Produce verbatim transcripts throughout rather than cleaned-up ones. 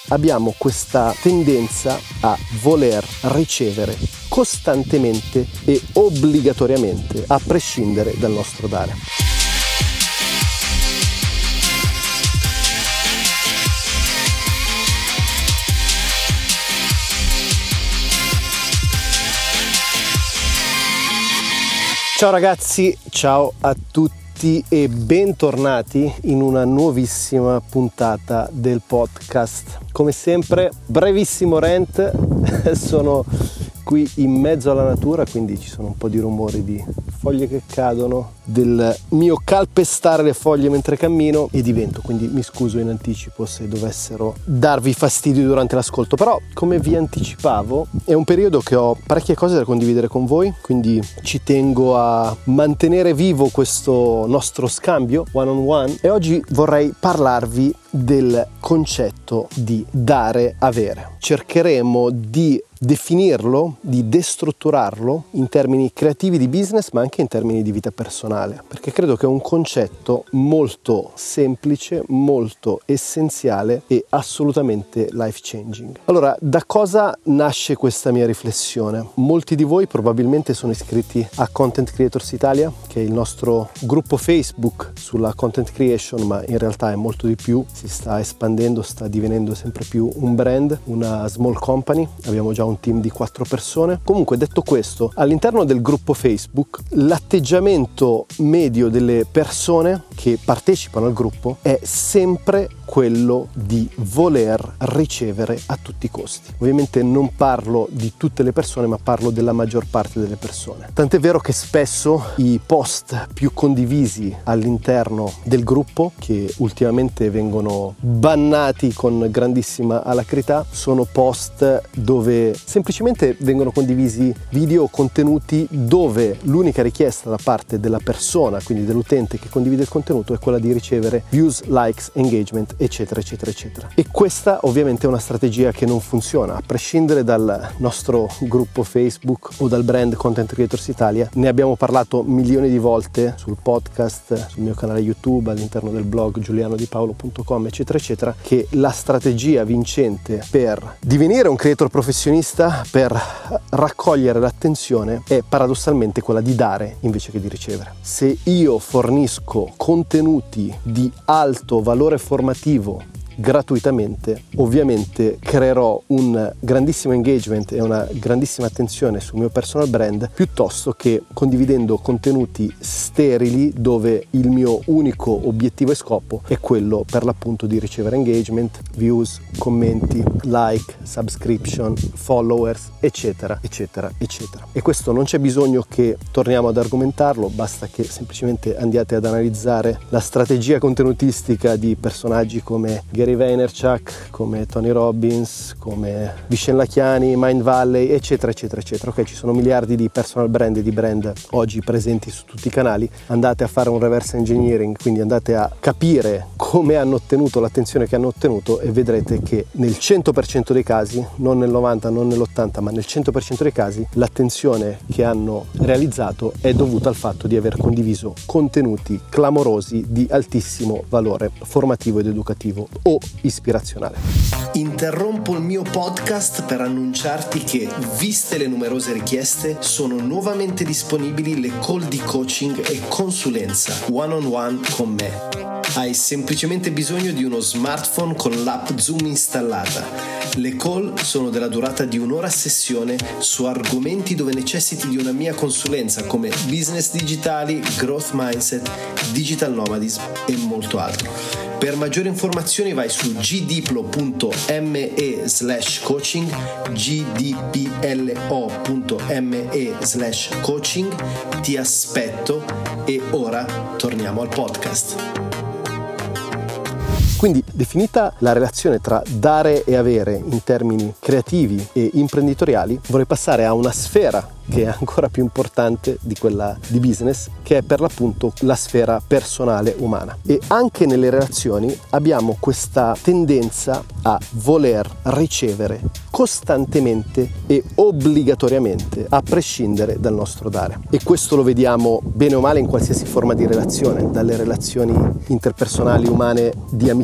abbiamo questa tendenza a voler ricevere costantemente e obbligatoriamente, a prescindere dal nostro dare. Ciao ragazzi, ciao a tutti e bentornati in una nuovissima puntata del podcast. Come sempre, brevissimo rant, sono qui in mezzo alla natura, quindi ci sono un po' di rumori di foglie che cadono, del mio calpestare le foglie mentre cammino e di vento, quindi mi scuso in anticipo se dovessero darvi fastidio durante l'ascolto. Però, come vi anticipavo, è un periodo che ho parecchie cose da condividere con voi, quindi ci tengo a mantenere vivo questo nostro scambio one on one e oggi vorrei parlarvi del concetto di dare avere. Cercheremo di definirlo, di destrutturarlo in termini creativi di business, ma anche in termini di vita personale, perché credo che è un concetto molto semplice, molto essenziale e assolutamente life changing. Allora, da cosa nasce questa mia riflessione? Molti di voi probabilmente sono iscritti a Content Creators Italia, che è il nostro gruppo Facebook sulla content creation, ma in realtà è molto di più, si sta espandendo, sta divenendo sempre più un brand, una small company. Abbiamo già un team di quattro persone. Comunque, detto questo, all'interno del gruppo Facebook l'atteggiamento medio delle persone che partecipano al gruppo è sempre quello di voler ricevere a tutti i costi. Ovviamente non parlo di tutte le persone, ma parlo della maggior parte delle persone. Tant'è vero che spesso i post più condivisi all'interno del gruppo, che ultimamente vengono bannati con grandissima alacrità, sono post dove semplicemente vengono condivisi video o contenuti dove l'unica richiesta da parte della persona, quindi dell'utente che condivide il contenuto, è quella di ricevere views, likes, engagement, eccetera eccetera eccetera. E questa ovviamente è una strategia che non funziona, a prescindere dal nostro gruppo Facebook o dal brand Content Creators Italia. Ne abbiamo parlato milioni di volte sul podcast, sul mio canale YouTube, all'interno del blog giuliano di paolo punto com, eccetera eccetera, che la strategia vincente per divenire un creator professionista, per raccogliere l'attenzione, è paradossalmente quella di dare invece che di ricevere. Se io fornisco contenuti di alto valore formativo gratuitamente, ovviamente creerò un grandissimo engagement e una grandissima attenzione sul mio personal brand, piuttosto che condividendo contenuti sterili dove il mio unico obiettivo e scopo è quello per l'appunto di ricevere engagement, views, commenti, like, subscription, followers, eccetera eccetera eccetera. E questo non c'è bisogno che torniamo ad argomentarlo, basta che semplicemente andiate ad analizzare la strategia contenutistica di personaggi come Gary Vaynerchuk, come Tony Robbins, come Vishen Lakhiani, Mind Valley, eccetera eccetera eccetera. Ok, ci sono miliardi di personal brand e di brand oggi presenti su tutti i canali. Andate a fare un reverse engineering, quindi andate a capire come hanno ottenuto l'attenzione che hanno ottenuto e vedrete che nel cento per cento dei casi, non nel novanta, non nell'ottanta, ma nel cento per cento dei casi, l'attenzione che hanno realizzato è dovuta al fatto di aver condiviso contenuti clamorosi di altissimo valore formativo ed educativo o ispirazionale. Interrompo il mio podcast per annunciarti che, viste le numerose richieste, sono nuovamente disponibili le call di coaching e consulenza one on one con me. Hai semplicemente bisogno di uno smartphone con l'app Zoom installata. Le call sono della durata di un'ora a sessione su argomenti dove necessiti di una mia consulenza come business digitali, growth mindset, digital nomadism e molto altro. Per maggiori informazioni vai su gdplo punto me slash coaching, gdplo punto me slash coaching. Ti aspetto e ora torniamo al podcast. Quindi, definita la relazione tra dare e avere in termini creativi e imprenditoriali, vorrei passare a una sfera che è ancora più importante di quella di business, che è per l'appunto la sfera personale umana. E anche nelle relazioni abbiamo questa tendenza a voler ricevere costantemente e obbligatoriamente, a prescindere dal nostro dare. E questo lo vediamo bene o male in qualsiasi forma di relazione, dalle relazioni interpersonali umane di amicizia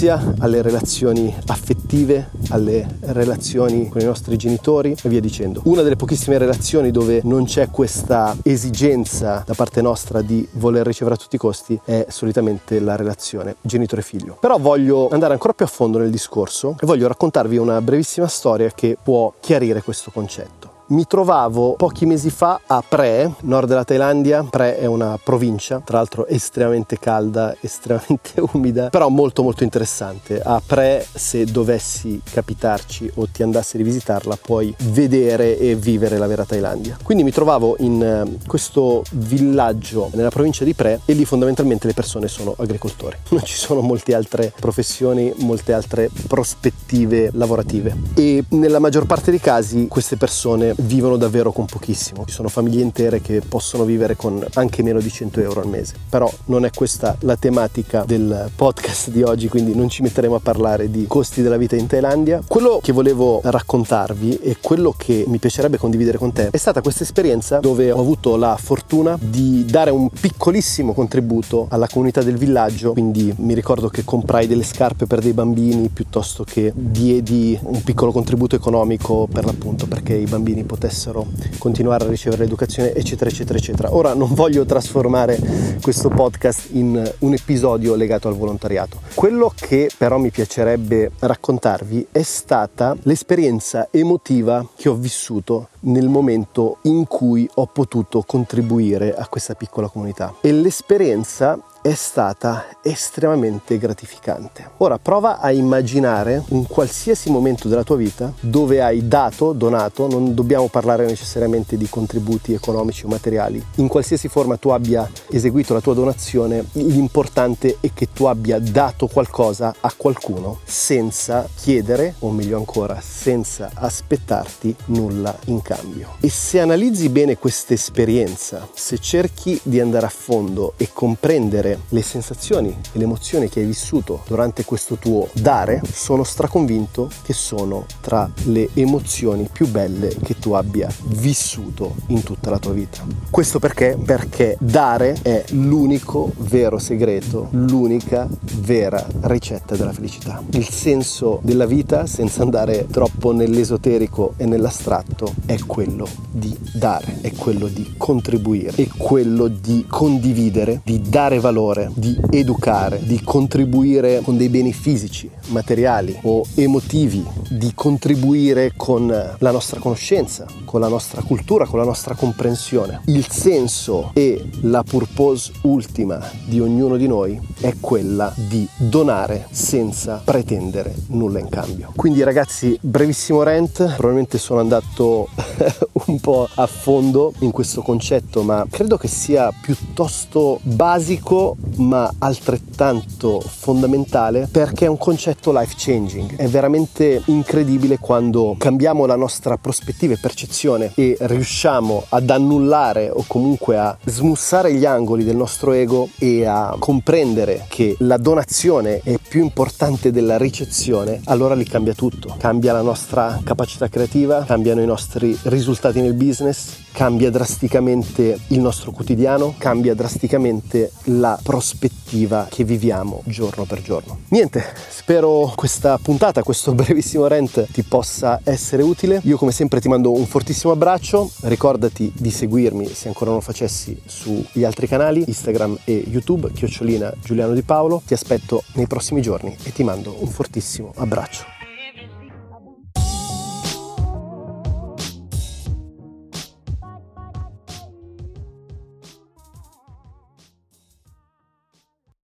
all'amicizia, alle relazioni affettive, alle relazioni con i nostri genitori e via dicendo. Una delle pochissime relazioni dove non c'è questa esigenza da parte nostra di voler ricevere a tutti i costi è solitamente la relazione genitore-figlio. Però voglio andare ancora più a fondo nel discorso e voglio raccontarvi una brevissima storia che può chiarire questo concetto. Mi trovavo pochi mesi fa a Pre, nord della Thailandia. Pre è una provincia, tra l'altro estremamente calda, estremamente umida, però molto molto interessante. A Pre, se dovessi capitarci o ti andassi a rivisitarla, puoi vedere e vivere la vera Thailandia. Quindi mi trovavo in questo villaggio nella provincia di Pre e lì fondamentalmente le persone sono agricoltori. Non ci sono molte altre professioni, molte altre prospettive lavorative e nella maggior parte dei casi queste persone vivono davvero con pochissimo. Ci sono famiglie intere che possono vivere con anche meno di cento euro al mese, però non è questa la tematica del podcast di oggi, quindi non ci metteremo a parlare di costi della vita in Thailandia. Quello che volevo raccontarvi e quello che mi piacerebbe condividere con te è stata questa esperienza dove ho avuto la fortuna di dare un piccolissimo contributo alla comunità del villaggio. Quindi mi ricordo che comprai delle scarpe per dei bambini piuttosto che diedi un piccolo contributo economico per l'appunto perché i bambini potessero continuare a ricevere l'educazione, eccetera eccetera eccetera. Ora non voglio trasformare questo podcast in un episodio legato al volontariato. Quello che però mi piacerebbe raccontarvi è stata l'esperienza emotiva che ho vissuto nel momento in cui ho potuto contribuire a questa piccola comunità, e l'esperienza è stata estremamente gratificante. Ora prova a immaginare un qualsiasi momento della tua vita dove hai dato, donato, non dobbiamo parlare necessariamente di contributi economici o materiali, in qualsiasi forma tu abbia eseguito la tua donazione, l'importante è che tu abbia dato qualcosa a qualcuno senza chiedere, o meglio ancora senza aspettarti nulla in cambio. E se analizzi bene questa esperienza, se cerchi di andare a fondo e comprendere le sensazioni e le emozioni che hai vissuto durante questo tuo dare, sono straconvinto che sono tra le emozioni più belle che tu abbia vissuto in tutta la tua vita. Questo perché? Perché dare è l'unico vero segreto, l'unica vera ricetta della felicità. Il senso della vita, senza andare troppo nell'esoterico e nell'astratto, è quello di dare, è quello di contribuire, è quello di condividere, di dare valore, di educare, di contribuire con dei beni fisici, materiali o emotivi, di contribuire con la nostra conoscenza, con la nostra cultura, con la nostra comprensione. Il senso e la purpose ultima di ognuno di noi è quella di donare senza pretendere nulla in cambio. Quindi ragazzi, brevissimo rant, probabilmente sono andato un po' a fondo in questo concetto, ma credo che sia piuttosto basico ma altrettanto fondamentale, perché è un concetto life changing. È veramente incredibile quando cambiamo la nostra prospettiva e percezione e riusciamo ad annullare o comunque a smussare gli angoli del nostro ego e a comprendere che la donazione è più importante della ricezione. Allora lì cambia tutto, cambia la nostra capacità creativa, cambiano i nostri risultati nel business, cambia drasticamente il nostro quotidiano, cambia drasticamente la prospettiva che viviamo giorno per giorno. Niente, spero questa puntata, questo brevissimo rant ti possa essere utile. Io come sempre ti mando un fortissimo abbraccio, ricordati di seguirmi se ancora non lo facessi sugli altri canali Instagram e YouTube, chiocciolina Giuliano Di Paolo. Ti aspetto nei prossimi giorni e ti mando un fortissimo abbraccio.